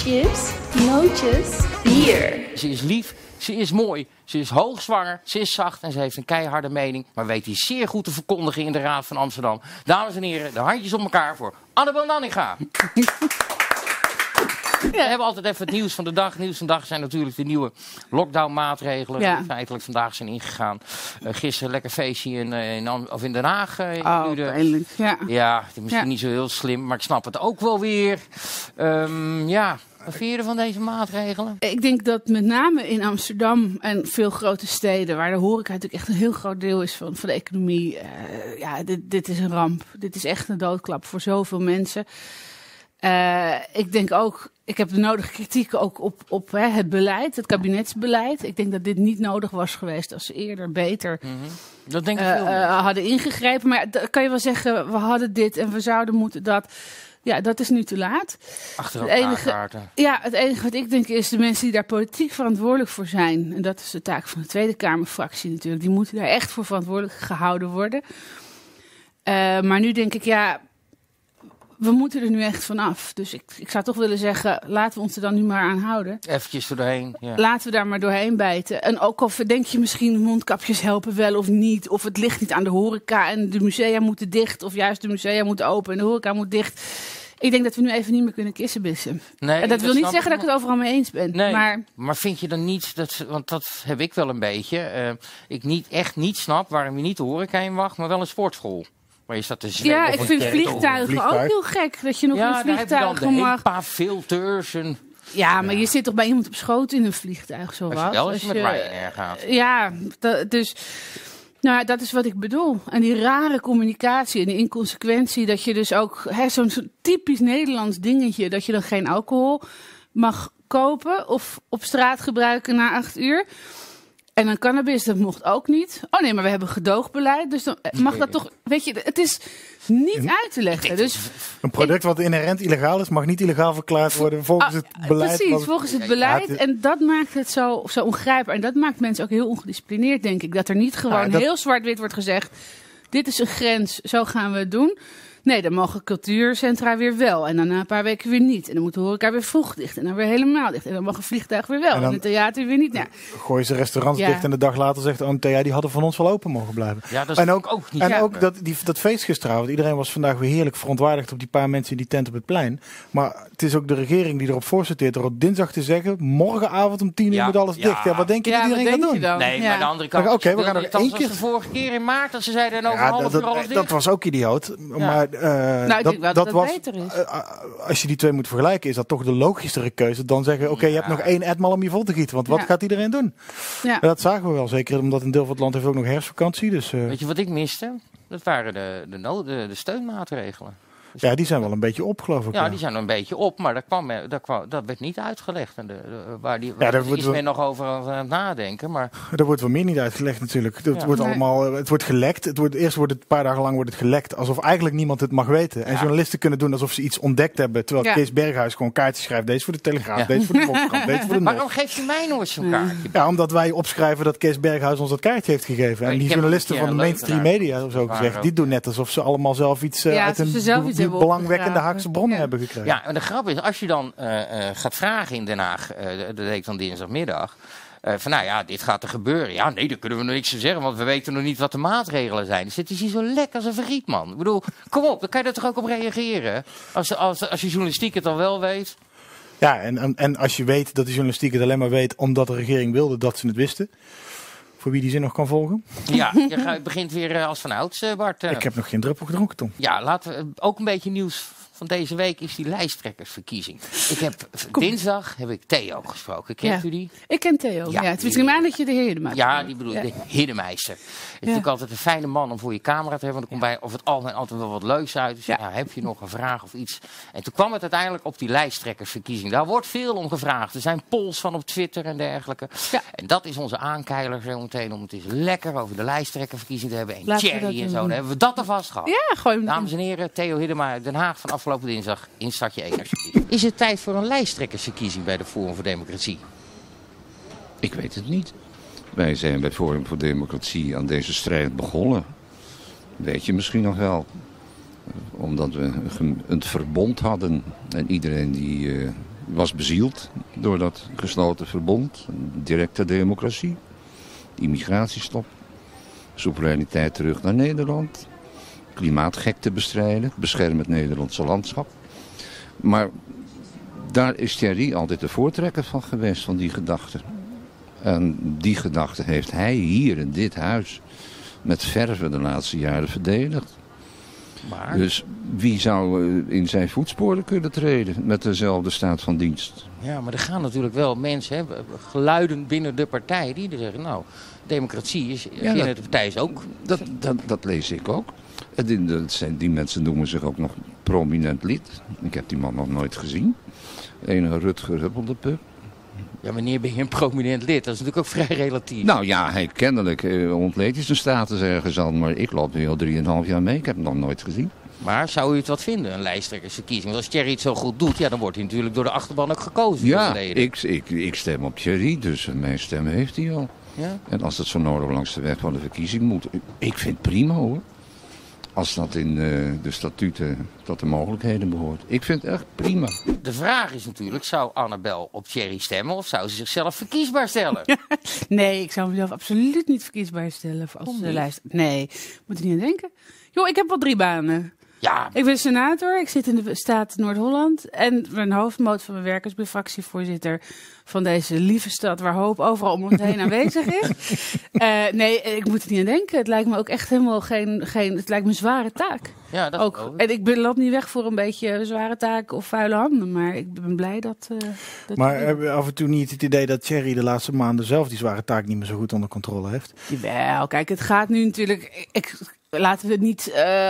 chips, nootjes, bier. Ze is lief, ze is mooi, ze is hoogzwanger, ze is zacht en ze heeft een keiharde mening. Maar weet die zeer goed te verkondigen in de Raad van Amsterdam. Dames en heren, de handjes op elkaar voor Annabel Nanninga. We hebben altijd even het nieuws van de dag. Nieuws van de dag zijn natuurlijk de nieuwe lockdown-maatregelen die feitelijk vandaag zijn ingegaan. Gisteren lekker feestje in Den Haag. Eindelijk. Ja, het is misschien niet zo heel slim, maar ik snap het ook wel weer. Wat vind je van deze maatregelen? Ik denk dat met name in Amsterdam en veel grote steden, waar de horeca natuurlijk echt een heel groot deel is van de economie. Dit is een ramp. Dit is echt een doodklap voor zoveel mensen. Ik denk ook, ik heb de nodige kritiek ook op het beleid, het kabinetsbeleid. Ik denk dat dit niet nodig was geweest als ze eerder beter dat denk ik hadden ingegrepen. Maar dan kan je wel zeggen, we hadden dit en we zouden moeten dat. Ja, dat is nu te laat. Achter elkaar kaarten. Ja, het enige wat ik denk is de mensen die daar politiek verantwoordelijk voor zijn. En dat is de taak van de Tweede Kamerfractie natuurlijk. Die moeten daar echt voor verantwoordelijk gehouden worden. Maar nu denk ik, we moeten er nu echt vanaf. Dus ik zou toch willen zeggen, laten we ons er dan nu maar aan houden. Eventjes er doorheen. Ja. Laten we daar maar doorheen bijten. En ook of denk je misschien mondkapjes helpen wel of niet. Of het ligt niet aan de horeca en de musea moeten dicht. Of juist de musea moeten open en de horeca moet dicht. Ik denk dat we nu even niet meer kunnen kissenbissen. Nee, en dat wil niet zeggen dat ik het overal mee eens ben. Nee, maar vind je dan niet, want dat heb ik wel een beetje. Ik echt niet snap waarom je niet de horeca in mag, maar wel een sportschool. Maar je staat te zwemmen. Ja, ik vind vliegtuigen ook heel gek. Dat je nog in vliegtuigen mag. Een paar filters. Ja, maar je zit toch bij iemand op schoot in een vliegtuig, zo wat. Als je met Ryanair gaat. Ja, dus. Nou, dat is wat ik bedoel. En die rare communicatie en die inconsequentie. Dat je dus ook zo'n typisch Nederlands dingetje. Dat je dan geen alcohol mag kopen of op straat gebruiken na 8 uur. En dan cannabis, dat mocht ook niet. Oh nee, maar we hebben gedoogbeleid. Dus dan mag dat toch. Weet je, het is niet uit te leggen. Dus een product wat inherent illegaal is, mag niet illegaal verklaard worden volgens het beleid. Precies, volgens het beleid. En dat maakt het zo ongrijpbaar. En dat maakt mensen ook heel ongedisciplineerd, denk ik. Dat er niet gewoon heel zwart-wit wordt gezegd. Dit is een grens, zo gaan we het doen. Nee, dan mogen cultuurcentra weer wel. En dan na een paar weken weer niet. En dan moet de horeca weer vroeg dicht. En dan weer helemaal dicht. En dan mag een vliegtuig weer wel. En het theater weer niet. Nou, gooien ze restaurants dicht en de dag later zegt OMTA, die hadden van ons wel open mogen blijven. Ja, dat is ook niet. En ook dat feest gisteravond. Iedereen was vandaag weer heerlijk verontwaardigd op die paar mensen in die tent op het plein. Maar het is ook de regering die erop voorsorteert er op dinsdag te zeggen, morgenavond om 10 uur moet alles dicht. Ja, wat denk je dat iedereen gaat doen? Nee, maar aan de andere kant. Oké, we gaan nog één keer. De vorige keer in maart dat ze zeiden en over een half uur alles dicht. Dat was ook idioot. Maar ik denk wel dat was, beter is. Als je die twee moet vergelijken, is dat toch de logischere keuze dan zeggen, oké, je hebt nog 1 etmaal om je vol te gieten. Want wat gaat iedereen doen? Ja. Dat zagen we wel, zeker omdat een deel van het land heeft ook nog herfstvakantie. Dus, weet je wat ik miste? Dat waren de steunmaatregelen. Ja, die zijn wel een beetje op, geloof ik. Ja, die zijn een beetje op, maar dat werd niet uitgelegd. En waar is men nog over aan het nadenken. Maar er wordt wel meer niet uitgelegd natuurlijk. Het wordt gelekt. Eerst wordt het een paar dagen lang gelekt, alsof eigenlijk niemand het mag weten. En journalisten kunnen doen alsof ze iets ontdekt hebben. Terwijl Kees Berghuis gewoon kaartjes schrijft. Deze voor de Telegraaf, deze voor de Volkskrant, deze voor de Nog. Waarom geeft u mij nooit zo'n kaartje? Ja, omdat wij opschrijven dat Kees Berghuis ons dat kaartje heeft gegeven. En die journalisten van de mainstream media, zo gezegd, die doen net alsof ze allemaal zelf iets uit een belangwekkende Haagse bronnen hebben gekregen. Ja, en de grap is, als je dan gaat vragen in Den Haag, dat deed ik dan dinsdagmiddag, dit gaat er gebeuren. Ja, nee, daar kunnen we nog niks van zeggen, want we weten nog niet wat de maatregelen zijn. Dus het is hier zo lekker als een verriet, man. Ik bedoel, kom op, dan kan je er toch ook op reageren? Als je journalistiek het al wel weet. Ja, en als je weet dat de journalistiek het alleen maar weet omdat de regering wilde dat ze het wisten. Voor wie die zin nog kan volgen. Ja, je begint weer als vanouds, Bart. Ik heb nog geen druppel gedronken, Tom. Ja, laten we ook een beetje nieuws van deze week is die lijsttrekkersverkiezing. Dinsdag heb ik Theo gesproken. Kent u die? Ik ken Theo. Ja, het is niet aan dat je de heer Hiddemeister. Ja, die bedoel ik. De Hiddemeister. Het is natuurlijk altijd een fijne man om voor je camera te hebben. Want er komt bij over het algemeen altijd wel wat leuks uit. Dus heb je nog een vraag of iets? En toen kwam het uiteindelijk op die lijsttrekkersverkiezing. Daar wordt veel om gevraagd. Er zijn polls van op Twitter en dergelijke. Ja. En dat is onze aankeiler zo meteen om het eens lekker over de lijsttrekkersverkiezing te hebben. En Thierry en zo. Dan hebben we dat alvast gehad. Ja, gooi hem. Dames en heren, Theo Hiddema, Den Haag van afgelopen dinsdag in Stadje 1. Is het tijd voor een lijsttrekkersverkiezing bij de Forum voor Democratie? Ik weet het niet. Wij zijn bij Forum voor Democratie aan deze strijd begonnen. Weet je misschien nog wel. Omdat we een verbond hadden. En iedereen die was bezield door dat gesloten verbond. Directe democratie, immigratiestop, soevereiniteit terug naar Nederland, klimaatgekte bestrijden, beschermen het Nederlandse landschap. Maar daar is Thierry altijd de voortrekker van geweest, van die gedachten. En die gedachte heeft hij hier in dit huis met verve de laatste jaren verdedigd. Maar... Dus wie zou in zijn voetsporen kunnen treden met dezelfde staat van dienst? Ja, maar er gaan natuurlijk wel mensen, geluiden binnen de partij, die zeggen, nou, democratie is binnen de partij is ook. Dat lees ik ook. Die mensen noemen zich ook nog prominent lid. Ik heb die man nog nooit gezien. Enige Rutger Huppeldepup. Ja, wanneer ben je een prominent lid? Dat is natuurlijk ook vrij relatief. Nou ja, hij kennelijk ontleed hij zijn status ergens aan. Maar ik loop nu al 3,5 jaar mee. Ik heb hem nog nooit gezien. Maar zou u het wat vinden, een lijsttrekkersverkiezing? Want als Thierry het zo goed doet, ja, dan wordt hij natuurlijk door de achterban ook gekozen. Ja, ik stem op Thierry, dus mijn stem heeft hij al. Ja? En als het zo nodig langs de weg van de verkiezing moet, ik vind het prima hoor. Als dat in de statuten tot de mogelijkheden behoort. Ik vind het echt prima. De vraag is natuurlijk, zou Annabel op Thierry stemmen of zou ze zichzelf verkiesbaar stellen? Nee, ik zou mezelf absoluut niet verkiesbaar stellen als lijst. Nee, moet er niet aan denken. Joh, ik heb wel 3 banen. Ja. Ik ben senator, ik zit in de staat Noord-Holland en mijn hoofdmoot van mijn werk is ben fractievoorzitter van deze lieve stad waar hoop overal om ons heen aanwezig is. Nee, ik moet er niet aan denken. Het lijkt me ook echt helemaal het lijkt me een zware taak. Ja, dat ook. En ik loop niet weg voor een beetje zware taak of vuile handen, maar ik ben blij dat maar heb je af en toe niet het idee dat Thierry de laatste maanden zelf die zware taak niet meer zo goed onder controle heeft? Jawel, kijk, het gaat nu natuurlijk... Laten we het niet,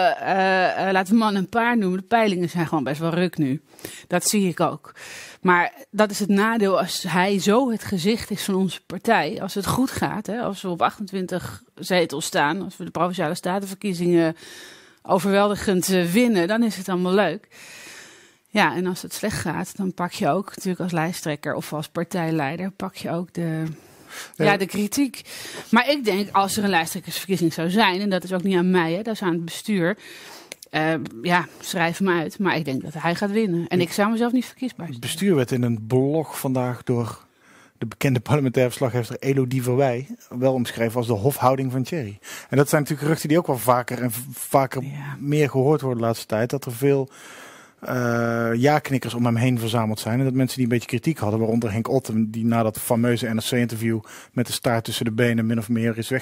laten we man en paard noemen. De peilingen zijn gewoon best wel ruk nu. Dat zie ik ook. Maar dat is het nadeel als hij zo het gezicht is van onze partij. Als het goed gaat, hè, als we op 28 zetels staan, als we de Provinciale Statenverkiezingen overweldigend winnen, dan is het allemaal leuk. Ja, en als het slecht gaat, dan pak je ook natuurlijk als lijsttrekker of als partijleider, pak je ook de kritiek. Maar ik denk, als er een lijsttrekkersverkiezing zou zijn, en dat is ook niet aan mij, hè, dat is aan het bestuur. Schrijf hem uit. Maar ik denk dat hij gaat winnen. En ik zou mezelf niet verkiesbaar stellen. Het bestuur werd in een blog vandaag door de bekende parlementaire verslaggever Elodie Verwij wel omschreven als de hofhouding van Thierry. En dat zijn natuurlijk geruchten die ook wel vaker meer gehoord worden de laatste tijd. Dat er veel ja-knikkers om hem heen verzameld zijn. En dat mensen die een beetje kritiek hadden, waaronder Henk Otten, die na dat fameuze NRC-interview met de staart tussen de benen min of meer is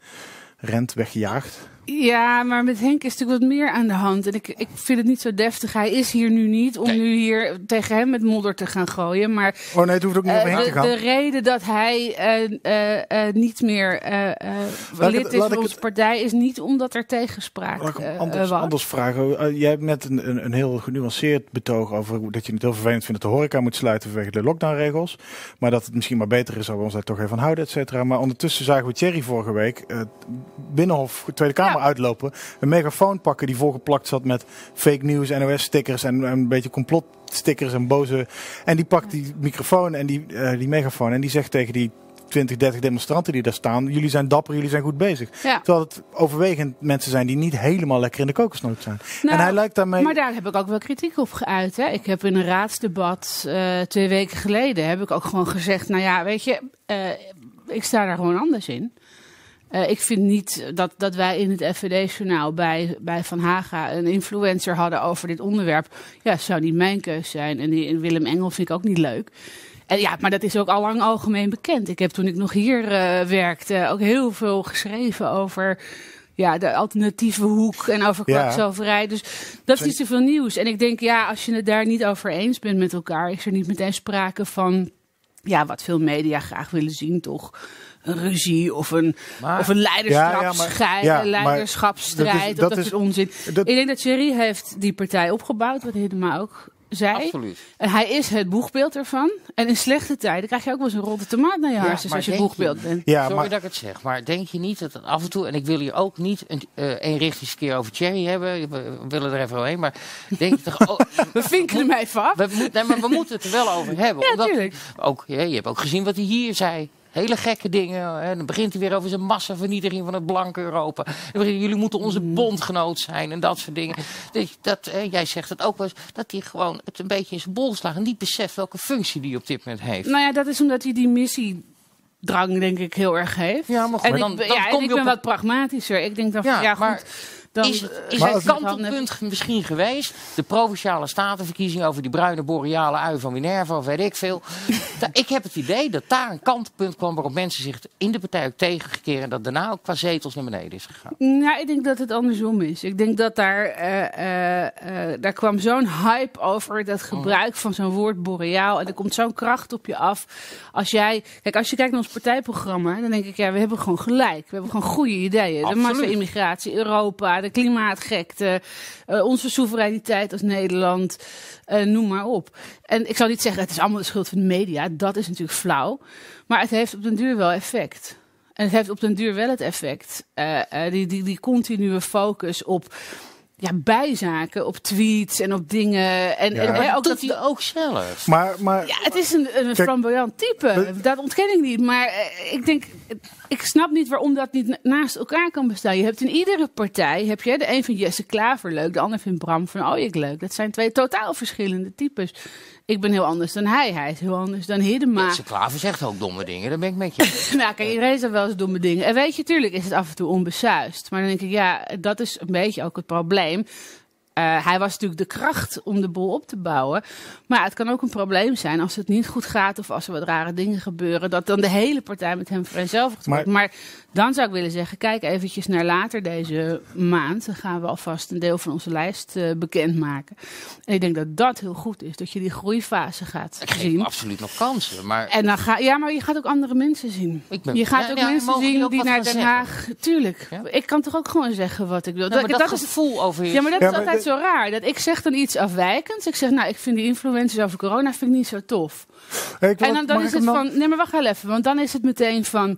weggejaagd. Ja, maar met Henk is natuurlijk wat meer aan de hand. En ik vind het niet zo deftig. Hij is hier nu niet om nu hier tegen hem met modder te gaan gooien. Maar nee, het hoeft ook niet over Henk te gaan. De reden dat hij niet meer lid is van onze partij is niet omdat er tegenspraak was. Anders vragen. Jij hebt net een heel genuanceerd betoog over dat je het heel vervelend vindt dat de horeca moet sluiten vanwege de lockdownregels. Maar dat het misschien maar beter is als we ons daar toch even aan houden, et cetera. Maar ondertussen zagen we Thierry vorige week Binnenhof, Tweede Kamer uitlopen. Een megafoon pakken die volgeplakt zat met fake news, NOS-stickers en een beetje complotstickers en boze. En die pakt die microfoon en die megafoon en die zegt tegen die 20, 30 demonstranten die daar staan, jullie zijn dapper, jullie zijn goed bezig. Ja. Terwijl het overwegend mensen zijn die niet helemaal lekker in de kokosnoot zijn. Nou, en hij lijkt daarmee... Maar daar heb ik ook wel kritiek op geuit. Hè. Ik heb in een raadsdebat 2 weken geleden heb ik ook gewoon gezegd, nou ja, weet je, ik sta daar gewoon anders in. Ik vind niet dat wij in het FVD-journaal bij Van Haga een influencer hadden over dit onderwerp. Ja, het zou niet mijn keus zijn. En die Willem Engel vind ik ook niet leuk. En ja, maar dat is ook al lang algemeen bekend. Ik heb toen ik nog hier werkte ook heel veel geschreven over de alternatieve hoek en over kwakzalverij. Dus dat is niet zoveel nieuws. En ik denk, als je het daar niet over eens bent met elkaar, is er niet meteen sprake van wat veel media graag willen zien, toch? Een ruzie of een leiderschapsstrijd of dat soort onzin. Ik denk dat Thierry heeft die partij opgebouwd, wat Hiddema ook zei. Absoluut. En hij is het boegbeeld ervan. En in slechte tijden krijg je ook wel eens een rotte tomaat naar je hartjes als je boegbeeld bent. Sorry dat ik het zeg, maar denk je niet dat het af en toe, en ik wil hier ook niet een eenrichtingskeer over Thierry hebben, we willen er even overheen, maar denk je toch... we vinken hem even af. Maar we moeten het er wel over hebben. Ja, natuurlijk. Je hebt ook gezien wat hij hier zei. Hele gekke dingen. En dan begint hij weer over zijn massavernietiging van het blanke Europa. Jullie moeten onze bondgenoot zijn en dat soort dingen. Jij zegt het ook wel eens, dat hij gewoon het een beetje in zijn bol slaat en niet beseft welke functie die op dit moment heeft. Nou ja, dat is omdat hij die missiedrang, denk ik, heel erg heeft. Ja, maar goed, en ik ben wat pragmatischer. Ik denk dan, goed... Dan is het kantelpunt misschien geweest, de Provinciale Statenverkiezing over die bruine boreale ui van Minerva of weet ik veel. Ik heb het idee dat daar een kantelpunt kwam waarop mensen zich in de partij ook tegengekeerd en dat daarna ook qua zetels naar beneden is gegaan. Nou, ik denk dat het andersom is. Ik denk dat daar kwam zo'n hype over dat gebruik van zo'n woord boreaal en er komt zo'n kracht op je af. Als je kijkt naar ons partijprogramma, dan denk ik, we hebben gewoon gelijk. We hebben gewoon goede ideeën. Absoluut. De massa-immigratie, Europa, de klimaatgekte, onze soevereiniteit als Nederland, noem maar op. En ik zou niet zeggen, het is allemaal de schuld van de media. Dat is natuurlijk flauw. Maar het heeft op den duur wel effect. En het heeft op den duur wel het effect. Die continue focus op bijzaken, op tweets en op dingen. En ook dat hij ook zelf. Maar ja, het is een flamboyant type. Dat ontken ik niet. Maar ik snap niet waarom dat niet naast elkaar kan bestaan. Je hebt in iedere partij, de een vindt Jesse Klaver leuk, de ander vindt Bram van Ooyek leuk. Dat zijn twee totaal verschillende types. Ik ben heel anders dan hij. Hij is heel anders dan Hiddema. Jesse Klaver zegt ook domme dingen, daar ben ik met je. Nou, kijk, iedereen zegt wel eens domme dingen. En weet je, tuurlijk is het af en toe onbesuist. Maar dan denk ik, dat is een beetje ook het probleem. Hij was natuurlijk de kracht om de boel op te bouwen. Maar het kan ook een probleem zijn als het niet goed gaat of als er wat rare dingen gebeuren, dat dan de hele partij met hem vereenzelvigd wordt. Maar dan zou ik willen zeggen, kijk eventjes naar later deze maand. Dan gaan we alvast een deel van onze lijst bekendmaken. En ik denk dat dat heel goed is, dat je die groeifase gaat zien. Ik geef absoluut nog kansen. Maar... En dan maar je gaat ook andere mensen zien. Je gaat ook mensen zien die naar Den Haag... Tuurlijk. Ja? Ik kan toch ook gewoon zeggen wat ik wil. Nou, dat is het gevoel over je... Ja, maar dat is altijd zo raar. Dat ik zeg dan iets afwijkends. Ik zeg, ik vind die influencers over corona vind ik niet zo tof. En dan is het van... Nee, maar wacht even. Want dan is het meteen van...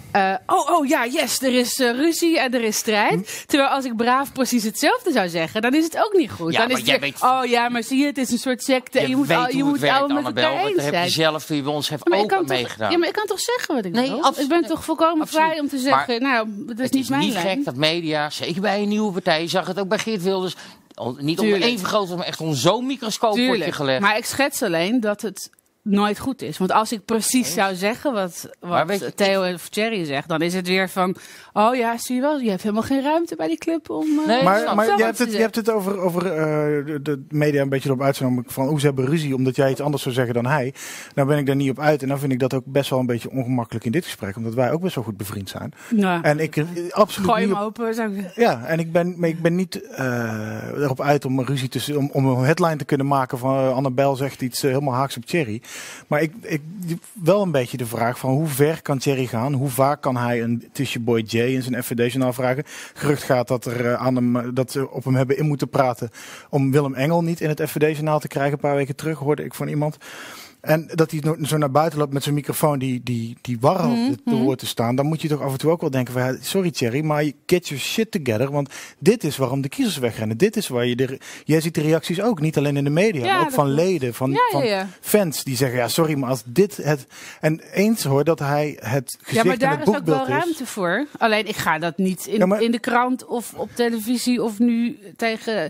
er is ruzie en er is strijd. Terwijl als ik braaf precies hetzelfde zou zeggen, dan is het ook niet goed. Ja, dan is het maar zie je, het is een soort secte. En je moet allemaal met elkaar eens zijn. Dat heb je zelf, toen je bij ons heeft ook meegedaan. Ja, maar ik kan toch zeggen wat ik wil? Ik ben toch volkomen vrij om te zeggen, dat is niet mijn lijn. Het is niet gek dat media, zeker bij een nieuwe partij, je zag het ook bij Geert Wilders, niet om één vergroten, maar echt om zo'n microscoop wordt je gelegd. Maar ik schets alleen dat het nooit goed is. Want als ik precies zou zeggen wat Theo of Thierry zegt, dan is het weer van, zie je wel, je hebt helemaal geen ruimte bij die club om... maar je hebt het over de media een beetje erop uitgenomen van hoe ze hebben ruzie, omdat jij iets anders zou zeggen dan hij. Nou ben ik daar niet op uit en dan vind ik dat ook best wel een beetje ongemakkelijk in dit gesprek, omdat wij ook best wel goed bevriend zijn. Ja. En ik absoluut gooi hem open, zou ik zeggen. Ja, en ik ben niet erop uit om een ruzie tussen, om een headline te kunnen maken van Annabel zegt iets helemaal haaks op Thierry. Maar ik wel een beetje de vraag van hoe ver kan Thierry gaan? Hoe vaak kan hij een Tisha Boy J in zijn FVD-journaal vragen? Gerucht gaat dat dat ze op hem hebben in moeten praten om Willem Engel niet in het FVD-journaal te krijgen. Een paar weken terug hoorde ik van iemand. En dat hij zo naar buiten loopt met zijn microfoon die warrel te horen te staan. Dan moet je toch af en toe ook wel denken van, sorry Thierry, maar get your shit together. Want dit is waarom de kiezers wegrennen. Dit is waar jij ziet de reacties ook. Niet alleen in de media, maar ook van leden, van fans. Die zeggen, sorry, maar als dit het... En eens hoor dat hij het gezicht in het boekbeeld is. Ja, maar daar is ook wel ruimte voor. Alleen ik ga dat niet in de krant of op televisie of nu tegen...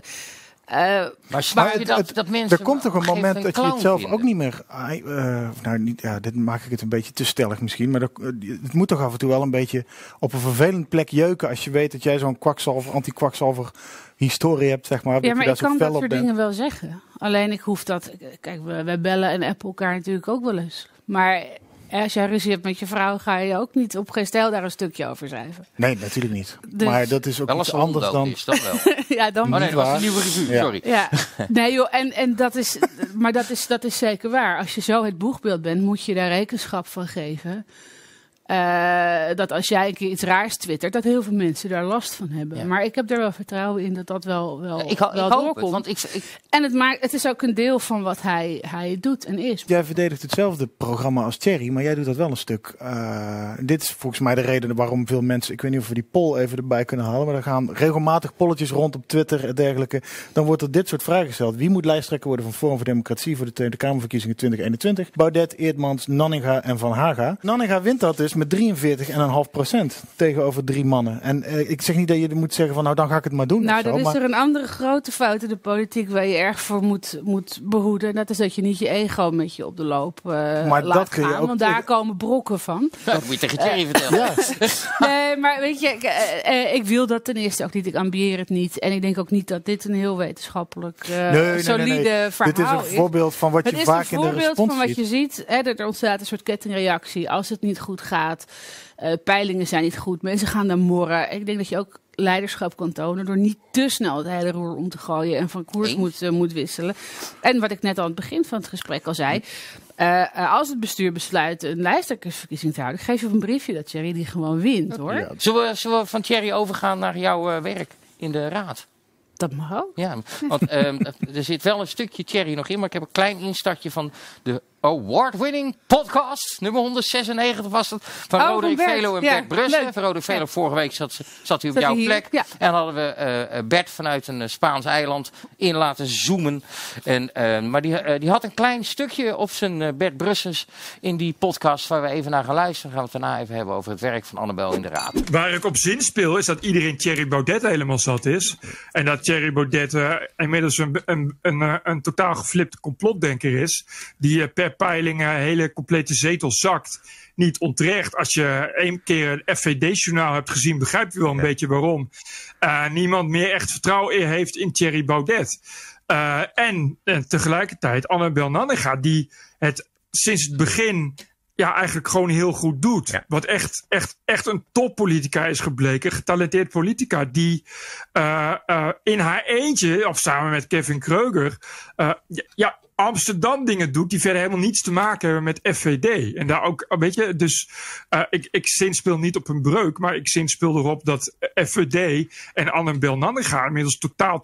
maar dat mensen er komt toch een moment dat je het zelf ook niet meer... dit maak ik het een beetje te stellig misschien. Maar het moet toch af en toe wel een beetje op een vervelend plek jeuken als je weet dat jij zo'n anti-kwakzalver historie hebt, zeg maar. Ja, maar ik kan dat soort dingen wel zeggen. Alleen ik hoef dat... Kijk, wij bellen en appen elkaar natuurlijk ook wel eens. Maar... Als jij ruzie hebt met je vrouw, ga je ook niet op geen stijl daar een stukje over schrijven. Nee, natuurlijk niet. Dus maar dat is ook iets anders dan... Is dat wel. Ja, dan dat was een nieuwe revue, sorry. Ja. Nee joh, en dat is... Maar dat is zeker waar. Als je zo het boegbeeld bent, moet je daar rekenschap van geven. dat als jij een keer iets raars twittert, dat heel veel mensen daar last van hebben. Ja. Maar ik heb er wel vertrouwen in dat wel doorkomt. En het is ook een deel van wat hij doet en is. Jij verdedigt hetzelfde programma als Thierry, maar jij doet dat wel een stuk. Dit is volgens mij de reden waarom veel mensen, ik weet niet of we die poll even erbij kunnen halen, maar er gaan regelmatig polletjes rond op Twitter en dergelijke. Dan wordt er dit soort vragen gesteld. Wie moet lijsttrekker worden van Forum voor Democratie voor de Tweede Kamerverkiezingen 2021? Baudet, Eerdmans, Nanninga en Van Haga. Nanninga wint dat dus met 43,5% tegenover 3 mannen. En ik zeg niet dat je moet zeggen van nou dan ga ik het maar doen. Nou, dan is er een andere grote fout in de politiek waar je erg voor moet behoeden. Dat is dat je niet je ego met je op de loop maar laat dat kun je gaan. Want daar komen brokken van. Dat moet je tegen Thierry vertellen. Nee, maar weet je, ik wil dat ten eerste ook niet. Ik ambieer het niet. En ik denk ook niet dat dit een heel wetenschappelijk solide verhaal is. Dit is een voorbeeld van wat je vaak in de respons ziet. Het is een voorbeeld van wat je ziet. Er ontstaat een soort kettingreactie. Als het niet goed gaat, peilingen zijn niet goed, mensen gaan dan morren. Ik denk dat je ook leiderschap kan tonen door niet te snel het hele roer om te gooien en van koers moet wisselen. En wat ik net aan het begin van het gesprek al zei, als het bestuur besluit een lijsttrekkersverkiezing te houden, geef je op een briefje dat Thierry die gewoon wint, hoor. Ja. Zullen we van Thierry overgaan naar jouw werk in de raad? Dat mag ook. Ja, want er zit wel een stukje Thierry nog in, maar ik heb een klein instartje van de award-winning podcast, nummer 196 was het, van Roderick Velo en Bert Brussen. Van Roderick Velo, vorige week zat hij op jouw plek. Ja. En hadden we Bert vanuit een Spaans eiland in laten zoomen. Maar die had een klein stukje op zijn Bert Brussens in die podcast waar we even naar gaan luisteren. Dan gaan we het daarna even hebben over het werk van Annabel in de Raad. Waar ik op zinspeel is dat iedereen Thierry Baudet helemaal zat is. En dat Thierry Baudet inmiddels een totaal geflipte complotdenker is. Die per peiling hele complete zetel zakt. Niet onterecht. Als je 1 keer een FVD-journaal hebt gezien, begrijp je wel een beetje waarom. Niemand meer echt vertrouwen heeft in Thierry Baudet. En tegelijkertijd Annabel Nanninga, die het sinds het begin eigenlijk gewoon heel goed doet. Ja. Wat echt een toppolitica is gebleken. Getalenteerd politica die in haar eentje, of samen met Kevin Kreuger, Amsterdam dingen doet die verder helemaal niets te maken hebben met FVD. En daar ook, weet je, dus ik zinspeel niet op een breuk, maar ik zinspeel erop dat FVD en Annabel Nanninga inmiddels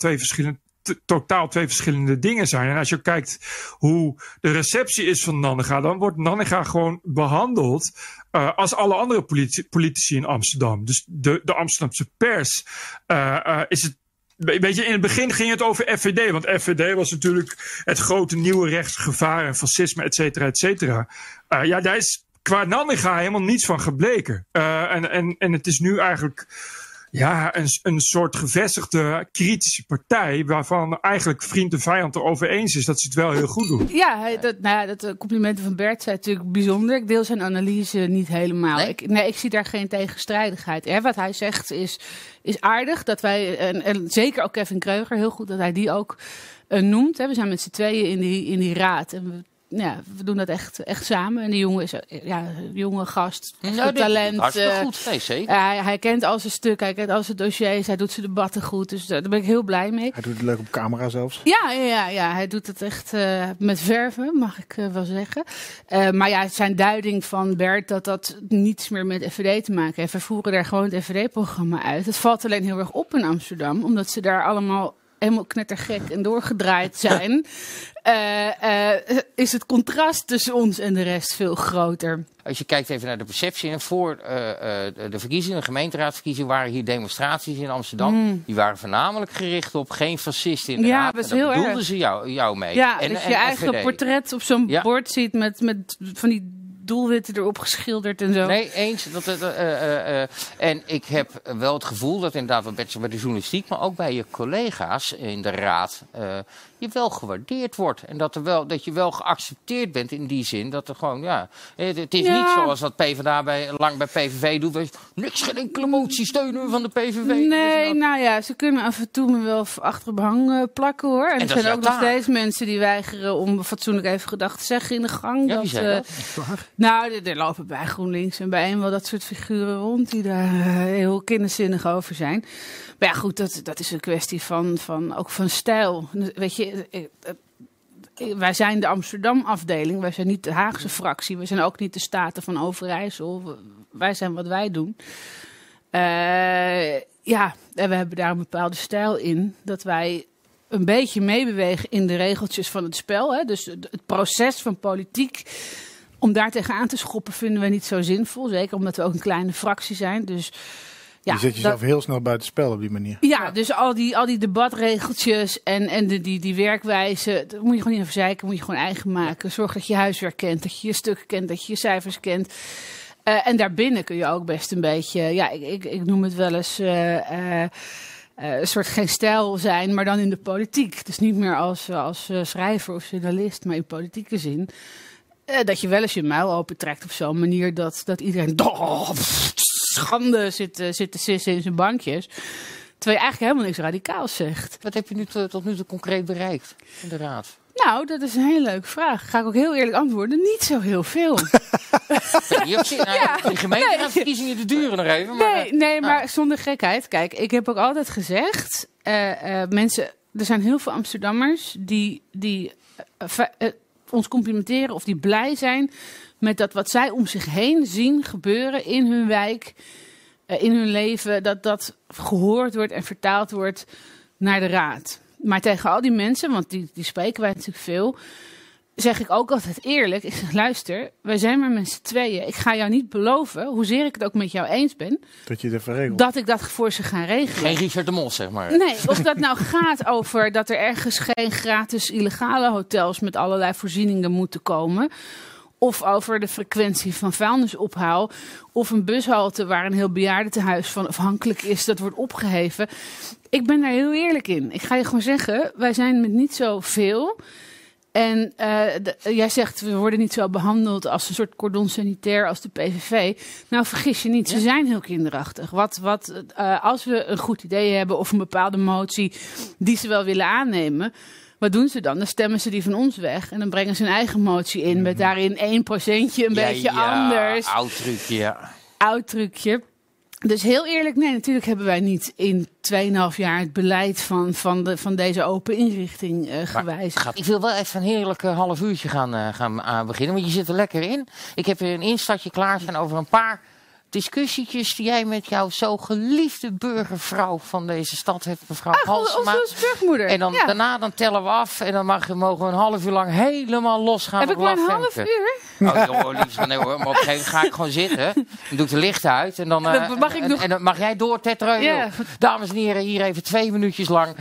totaal twee verschillende dingen zijn. En als je kijkt hoe de receptie is van Nanninga, dan wordt Nanninga gewoon behandeld als alle andere politici in Amsterdam. Dus de Amsterdamse pers is het. Weet je, in het begin ging het over FVD, want FVD was natuurlijk het grote nieuwe rechtsgevaar en fascisme, et cetera, et cetera. Daar is qua Nanninga helemaal niets van gebleken. En het is nu eigenlijk een soort gevestigde kritische partij waarvan eigenlijk vriend en vijand erover eens is dat ze het wel heel goed doen. Ja, dat complimenten van Bert zijn natuurlijk bijzonder. Ik deel zijn analyse niet helemaal. Nee? Ik zie daar geen tegenstrijdigheid. Wat hij zegt is aardig. Dat wij, en zeker ook Kevin Kreuger, heel goed dat hij die ook noemt. We zijn met z'n tweeën in die raad. En we doen dat echt samen. En die jongen is jonge gast, talent. Hartstikke goed, nee, zeker. Hij kent al zijn stuk, hij kent al zijn dossiers, hij doet zijn debatten goed. Dus daar ben ik heel blij mee. Hij doet het leuk op camera zelfs. Ja, hij doet het echt met verven, mag ik wel zeggen. Maar zijn duiding van Bert dat niets meer met FVD te maken heeft. We voeren daar gewoon het FVD-programma uit. Het valt alleen heel erg op in Amsterdam, omdat ze daar allemaal helemaal knettergek en doorgedraaid zijn, is het contrast tussen ons en de rest veel groter. Als je kijkt even naar de perceptie, en voor de verkiezingen, de gemeenteraadsverkiezingen, waren hier demonstraties in Amsterdam. Die waren voornamelijk gericht op geen fascisten in de raad. Dat is en daar heel bedoelden ze jou mee. Ja, en je eigen FVD. Portret op zo'n bord ziet met van die doelwitten erop geschilderd en zo. Nee, eens. En ik heb wel het gevoel dat inderdaad, wat bij de journalistiek, maar ook bij je collega's in de raad, je wel gewaardeerd wordt. En dat je wel geaccepteerd bent in die zin. Dat er gewoon, het is niet zoals wat PvdA lang bij PVV doet. Geen enkele motie steunen van de PVV. Nee, ze kunnen af en toe me wel achter behang plakken, hoor. En er zijn ook nog steeds mensen die weigeren om fatsoenlijk even gedacht te zeggen in de gang. Ja, wie zei dat? Er lopen bij GroenLinks en bij wel dat soort figuren rond die daar heel kinderzinnig over zijn. Maar ja, goed, dat is een kwestie van ook van stijl. Weet je, wij zijn de Amsterdam-afdeling. Wij zijn niet de Haagse fractie. We zijn ook niet de Staten van Overijssel. Wij zijn wat wij doen. En we hebben daar een bepaalde stijl in. Dat wij een beetje meebewegen in de regeltjes van het spel. Hè? Dus het proces van politiek, om daar tegenaan te schoppen, vinden we niet zo zinvol. Zeker omdat we ook een kleine fractie zijn. Dus je zet jezelf heel snel buiten spel op die manier. Ja, dus al die debatregeltjes en die werkwijze, daar moet je gewoon niet over zeiken, moet je gewoon eigen maken. Zorg dat je huiswerk kent, dat je je stukken kent, dat je je cijfers kent. En daarbinnen kun je ook best een beetje, ik noem het wel eens een soort geen stijl zijn, maar dan in de politiek. Dus niet meer als schrijver of journalist, maar in politieke zin. Dat je wel eens je muil opentrekt op zo'n manier dat iedereen schande zit te sissen in zijn bankjes. Terwijl je eigenlijk helemaal niks radicaals zegt. Wat heb je nu tot nu toe concreet bereikt in de raad? Nou, dat is een hele leuke vraag. Ga ik ook heel eerlijk antwoorden. Niet zo heel veel. De gemeenteraadsverkiezingen duren nog even. Maar, maar zonder gekheid. Kijk, ik heb ook altijd gezegd, mensen, er zijn heel veel Amsterdammers die ons complimenteren of die blij zijn met dat wat zij om zich heen zien gebeuren in hun wijk, in hun leven, dat gehoord wordt en vertaald wordt naar de raad. Maar tegen al die mensen, want die spreken wij natuurlijk veel, zeg ik ook altijd eerlijk. Ik zeg, luister, wij zijn maar met z'n tweeën. Ik ga jou niet beloven, hoezeer ik het ook met jou eens ben, dat je het even regelt. Dat ik dat voor ze ga regelen. Geen Richard de Mos, zeg maar. Nee, of dat nou gaat over dat er ergens geen gratis illegale hotels met allerlei voorzieningen moeten komen. Of over de frequentie van vuilnisophaal. Of een bushalte waar een heel bejaardentehuis van afhankelijk is. Dat wordt opgeheven. Ik ben daar heel eerlijk in. Ik ga je gewoon zeggen, wij zijn met niet zoveel. En jij zegt, we worden niet zo behandeld als een soort cordon sanitair als de PVV. Nou, vergis je niet, ze zijn heel kinderachtig. Als we een goed idee hebben of een bepaalde motie die ze wel willen aannemen, wat doen ze dan? Dan stemmen ze die van ons weg en dan brengen ze een eigen motie in met daarin 1% een beetje anders. Oud trucje. Dus heel eerlijk, nee, natuurlijk hebben wij niet in 2,5 jaar het beleid van deze open inrichting gewijzigd. Ik wil wel even een heerlijk half uurtje gaan beginnen, want je zit er lekker in. Ik heb weer een instartje klaarstaan over een paar discussietjes die jij met jouw zo geliefde burgervrouw van deze stad hebt, mevrouw Halsema. Onze burgmoeder. En dan, daarna dan tellen we af en dan mogen we een half uur lang helemaal losgaan. Heb ik maar een half uur? Oh joh, liefst, nee hoor, maar op een gegeven moment ga ik gewoon zitten. Dan doe ik de lichten uit en dan, dan mag jij doortetteren. Yeah. Dames en heren, hier even 2 minuutjes lang.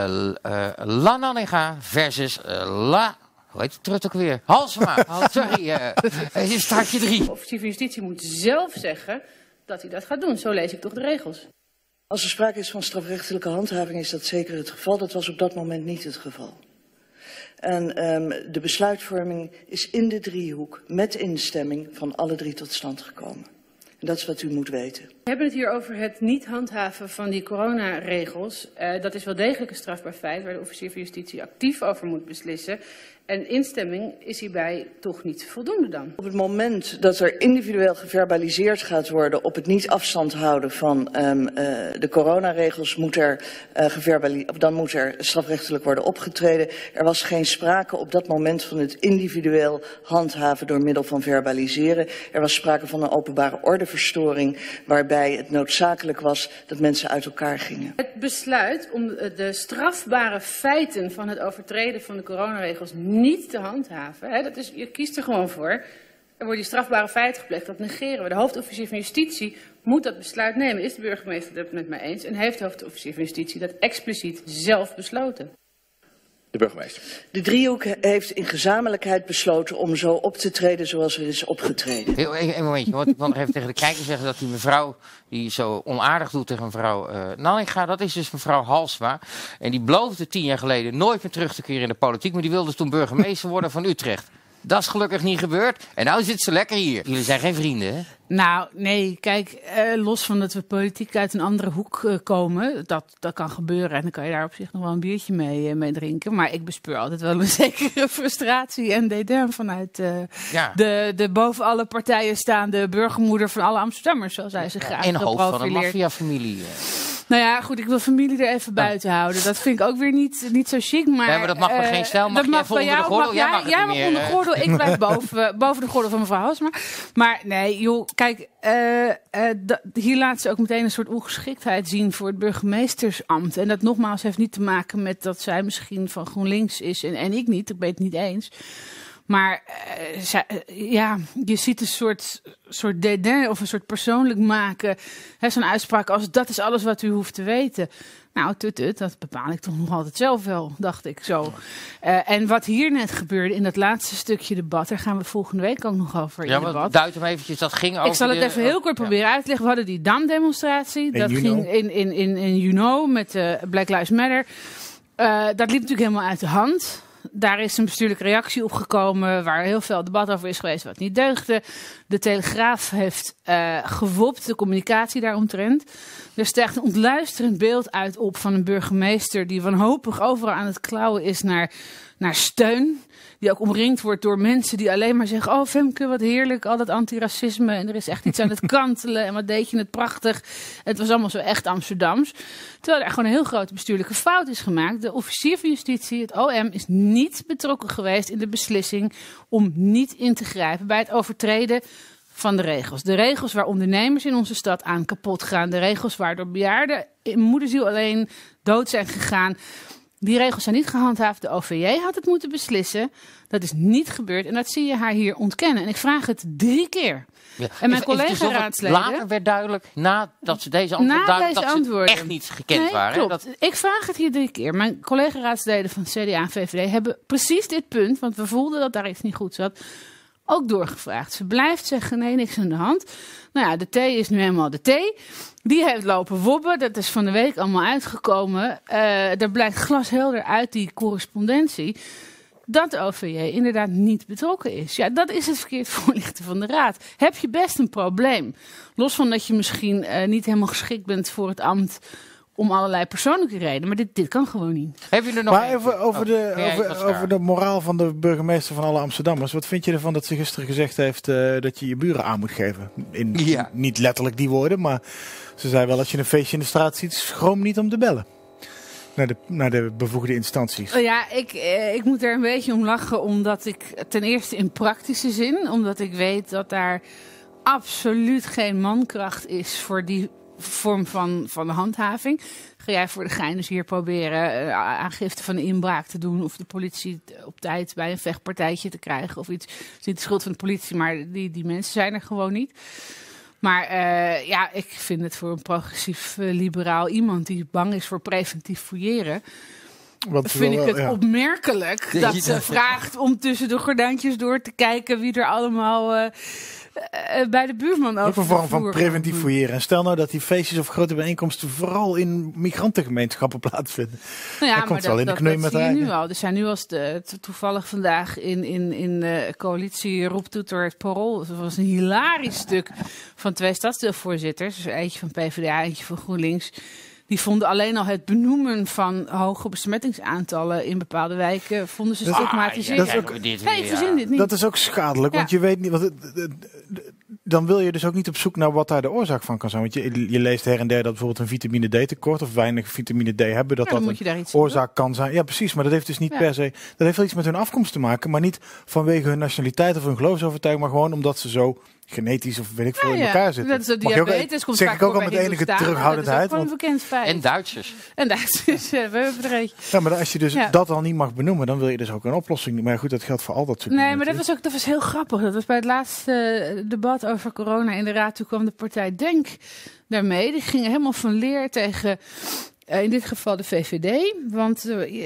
La Nanninga versus hoe heet het ook weer? Halsema. Sorry, startje 3. De officier van justitie moet zelf zeggen dat hij dat gaat doen. Zo lees ik toch de regels. Als er sprake is van strafrechtelijke handhaving is dat zeker het geval. Dat was op dat moment niet het geval. En de besluitvorming is in de driehoek met instemming van alle 3 tot stand gekomen. En dat is wat u moet weten. We hebben het hier over het niet handhaven van die coronaregels. Dat is wel degelijk een strafbaar feit waar de officier van justitie actief over moet beslissen. En instemming is hierbij toch niet voldoende dan? Op het moment dat er individueel geverbaliseerd gaat worden op het niet afstand houden van de coronaregels, moet er strafrechtelijk worden opgetreden. Er was geen sprake op dat moment van het individueel handhaven door middel van verbaliseren. Er was sprake van een openbare ordeverstoring waarbij het noodzakelijk was dat mensen uit elkaar gingen. Het besluit om de strafbare feiten van het overtreden van de coronaregels niet te handhaven. Hè? Dat is, je kiest er gewoon voor. Er worden die strafbare feiten gepleegd. Dat negeren we. De hoofdofficier van justitie moet dat besluit nemen. Is de burgemeester het met mij eens? En heeft de hoofdofficier van justitie dat expliciet zelf besloten? De burgemeester. De driehoek heeft in gezamenlijkheid besloten om zo op te treden zoals er is opgetreden. Een momentje, want ik wil nog even tegen de kijker zeggen dat die mevrouw die zo onaardig doet tegen mevrouw Nanninga, dat is dus mevrouw Halsema. En die beloofde 10 jaar geleden nooit meer terug te keren in de politiek, maar die wilde toen burgemeester worden van Utrecht. Dat is gelukkig niet gebeurd. En nou zit ze lekker hier. Jullie zijn geen vrienden, hè? Nou, nee. Kijk, los van dat we politiek uit een andere hoek komen. Dat kan gebeuren. En dan kan je daar op zich nog wel een biertje mee drinken. Maar ik bespeur altijd wel een zekere frustratie en dédain vanuit de boven alle partijen staande burgermoeder van alle Amsterdammers. Zoals zij zich graag en hoofd geprofileerd. van een maffiafamilie. Nou ja, goed, ik wil familie er even buiten houden. Dat vind ik ook weer niet zo chic. Maar dat mag bij geen stijl. Mag jij onder de gordel? Jij mag onder de gordel. Ik blijf boven de gordel van mevrouw Halsema. Maar nee, joh, kijk, hier laat ze ook meteen een soort ongeschiktheid zien voor het burgemeestersambt. En dat nogmaals heeft niet te maken met dat zij misschien van GroenLinks is en ik niet. Ik ben het niet eens. Maar je ziet een soort dédain of een soort persoonlijk maken. Zo'n uitspraak als dat is alles wat u hoeft te weten. Nou, dat bepaal ik toch nog altijd zelf wel, dacht ik zo. En wat hier net gebeurde in dat laatste stukje debat, daar gaan we volgende week ook nog over in debat. Duid hem eventjes, dat ging over... Ik zal het even heel kort proberen uit te leggen. We hadden die Dam-demonstratie. Dat ging in juni met Black Lives Matter. Dat liep natuurlijk helemaal uit de hand. Daar is een bestuurlijke reactie op gekomen waar heel veel debat over is geweest wat niet deugde. De Telegraaf heeft gewopt, de communicatie daaromtrent. Er stijgt een ontluisterend beeld uit op van een burgemeester die wanhopig overal aan het klauwen is naar steun. Die ook omringd wordt door mensen die alleen maar zeggen... oh, Femke, wat heerlijk, al dat antiracisme... en er is echt iets aan het kantelen... en wat deed je het prachtig. Het was allemaal zo echt Amsterdams. Terwijl er gewoon een heel grote bestuurlijke fout is gemaakt. De officier van justitie, het OM, is niet betrokken geweest... in de beslissing om niet in te grijpen... bij het overtreden van de regels. De regels waar ondernemers in onze stad aan kapot gaan. De regels waardoor bejaarden in moederziel alleen dood zijn gegaan... Die regels zijn niet gehandhaafd. De OVJ had het moeten beslissen. Dat is niet gebeurd. En dat zie je haar hier ontkennen. En ik vraag het 3 keer. Ja. En mijn collega-raadsleden... Later werd duidelijk, nadat ze deze antwoorden echt niet gekend waren. Klopt. Dat... Ik vraag het hier 3 keer. Mijn collega-raadsleden van CDA en VVD hebben precies dit punt... want we voelden dat daar iets niet goed zat... ook doorgevraagd. Ze blijft zeggen, nee, niks aan de hand. Nou ja, de T is nu helemaal de T. Die heeft lopen wobben. Dat is van de week allemaal uitgekomen. Er blijkt glashelder uit die correspondentie... dat de OVJ inderdaad niet betrokken is. Ja, dat is het verkeerd voorlichten van de Raad. Heb je best een probleem. Los van dat je misschien niet helemaal geschikt bent voor het ambt... om allerlei persoonlijke redenen. Maar dit kan gewoon niet. Heb je er nog over de moraal van de burgemeester van alle Amsterdammers. Wat vind je ervan dat ze gisteren gezegd heeft dat je je buren aan moet geven? Niet letterlijk die woorden, maar ze zei wel als je een feestje in de straat ziet, schroom niet om te bellen. Naar de bevoegde instanties. Ja, ik moet er een beetje om lachen, omdat ik ten eerste in praktische zin, omdat ik weet dat daar absoluut geen mankracht is voor die vorm van de handhaving. Ga jij voor de gein dus hier proberen aangifte van een inbraak te doen of de politie op tijd bij een vechtpartijtje te krijgen of iets. Het is niet de schuld van de politie, maar die mensen zijn er gewoon niet. Maar ik vind het voor een progressief liberaal iemand die bang is voor preventief fouilleren... vind ik het opmerkelijk dat ze vraagt om tussen de gordijntjes door te kijken wie er allemaal bij de buurman over. Ook een vorm van preventief fouilleren. En stel nou dat die feestjes of grote bijeenkomsten vooral in migrantengemeenschappen plaatsvinden. Nou ja, maar komt wel in de knoei met zie je nu al. Er zijn nu toevallig vandaag in coalitie roeptoeter het Parool. Dat was een hilarisch stuk van 2 stadsdeelvoorzitters. Dus eentje van PvdA, eentje van GroenLinks. Die vonden alleen al het benoemen van hoge besmettingsaantallen in bepaalde wijken, vonden ze stigmatiserend. Dat is ook schadelijk, want je weet niet... Dan wil je dus ook niet op zoek naar wat daar de oorzaak van kan zijn. Want je leest her en der dat bijvoorbeeld een vitamine D tekort of weinig vitamine D hebben, dat een oorzaak kan zijn. Ja, precies, maar dat heeft dus niet per se... Dat heeft wel iets met hun afkomst te maken, maar niet vanwege hun nationaliteit of hun geloofsovertuiging, maar gewoon omdat ze zo genetisch of weet ik veel in elkaar zitten. Dat is dat diabetes komt zeg ik ook al met enige terughoudendheid. Dat is een bekend feit. En Duitsers. We hebben er eentje. Ja, maar als je dus dat al niet mag benoemen, dan wil je dus ook een oplossing. Maar goed, dat geldt voor al dat soort dingen. Nee, maar dat was heel grappig. Dat was bij het laatste debat over corona in de Raad. Toen kwam de partij Denk daarmee. Die gingen helemaal van leer tegen... in dit geval de VVD, want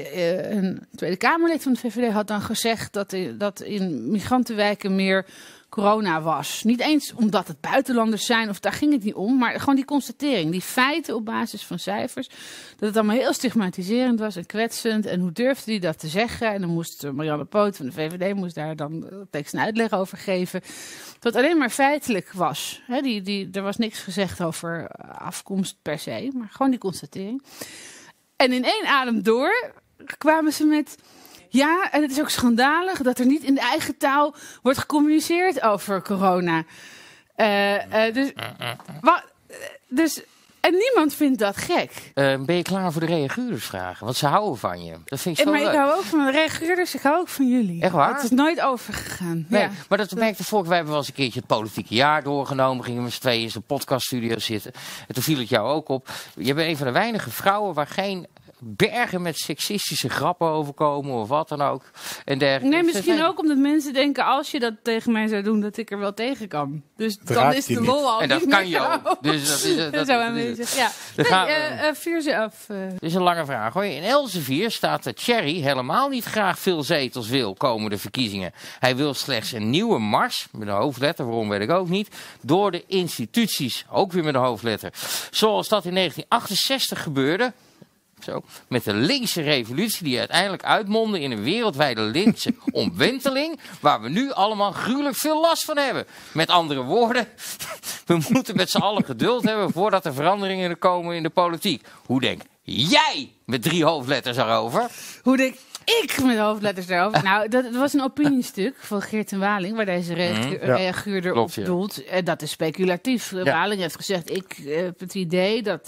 een Tweede Kamerlid van de VVD had dan gezegd dat in migrantenwijken meer corona was. Niet eens omdat het buitenlanders zijn, of daar ging het niet om, maar gewoon die constatering, die feiten op basis van cijfers, dat het allemaal heel stigmatiserend was en kwetsend. En hoe durfde hij dat te zeggen? En dan moest Marianne Poot van de VVD moest daar dan tekst en uitleg over geven. Dat alleen maar feitelijk was. Er was niks gezegd over afkomst per se, maar gewoon die constatering. En in 1 adem door kwamen ze met... Ja, en het is ook schandalig dat er niet in de eigen taal wordt gecommuniceerd over corona. En niemand vindt dat gek. Ben je klaar voor de reaguurdersvragen? Want ze houden van je. Dat vind ik zo maar leuk. Ik hou ook van de reaguurders, ik hou ook van jullie. Echt waar? Het is nooit overgegaan. Nee, ja. maar dat merkte vorige. Wij hebben wel eens een keertje het politieke jaar doorgenomen. Gingen we met z'n tweeën in zo'n podcaststudio zitten. En toen viel het jou ook op. Je bent een van de weinige vrouwen waar geen bergen met seksistische grappen overkomen of wat dan ook. En nee, misschien ook omdat mensen denken, als je dat tegen mij zou doen, dat ik er wel tegen kan. Dus dan is de lol al. En dat kan je ook. Dus dat zo aanwezig. Ja. Vuur ze af. Dit is een lange vraag hoor. In Elsevier staat dat Thierry helemaal niet graag veel zetels wil komende verkiezingen. Hij wil slechts een nieuwe mars, met een hoofdletter, waarom weet ik ook niet, door de instituties, ook weer met een hoofdletter. Zoals dat in 1968 gebeurde. Zo, met de linkse revolutie die uiteindelijk uitmondde in een wereldwijde linkse omwenteling, waar we nu allemaal gruwelijk veel last van hebben. Met andere woorden, we moeten met z'n allen geduld hebben voordat er veranderingen komen in de politiek. Hoe denk jij met 3 hoofdletters erover? Hoe denk ik met hoofdletters daarover? Nou, dat was een opiniestuk van Geert en Waling, waar deze reaguurder op doelt. Dat is speculatief. Waling heeft gezegd, ik heb het idee dat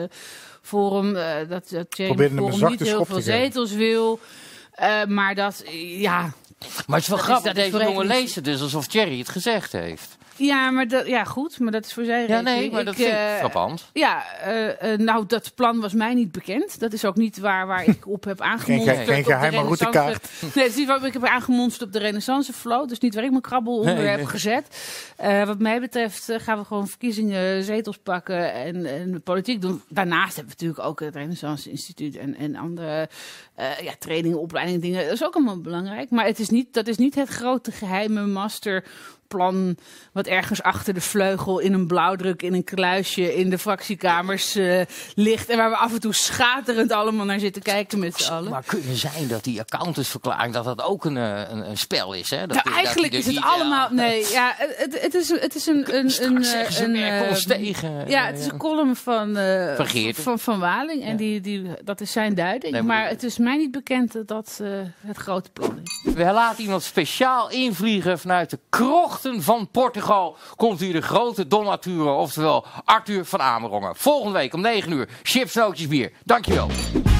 Forum, dat Thierry Forum niet heel veel zetels wil. Maar dat, ja... Maar het is wel grappig dat deze jongen lezen dus alsof Thierry het gezegd heeft. Ja, maar goed, maar dat is voor zijn rekening. Ja, nee, maar dat vind ik frappant. Ja, nou, dat plan was mij niet bekend. Dat is ook niet waar ik op heb aangemonsterd. Geen geheime routekaart. Nee, dat is niet waar ik heb aangemonsterd op de Renaissance Flow. Dus niet waar ik mijn krabbel onder heb gezet. Wat mij betreft gaan we gewoon verkiezingen, zetels pakken en de politiek doen. Daarnaast hebben we natuurlijk ook het Renaissance Instituut en andere trainingen, opleidingen, dingen. Dat is ook allemaal belangrijk. Maar dat is niet het grote geheime masterplan wat ergens achter de vleugel in een blauwdruk in een kluisje in de fractiekamers ligt en waar we af en toe schaterend allemaal naar zitten kijken met z'n allen. Maar kunnen zijn dat die accountantsverklaring dat ook een spel is, hè? Nou, eigenlijk is het allemaal... Nee, ja, het is een het is een column van Waling en dat is zijn duiding. Nee, maar het is mij niet bekend dat het grote plan is. We laten iemand speciaal invliegen vanuit de krochten van Portugal. Komt hier de grote donateur, oftewel Arthur van Amerongen. Volgende week om 9 uur. Chips, nootjes, bier. Dankjewel.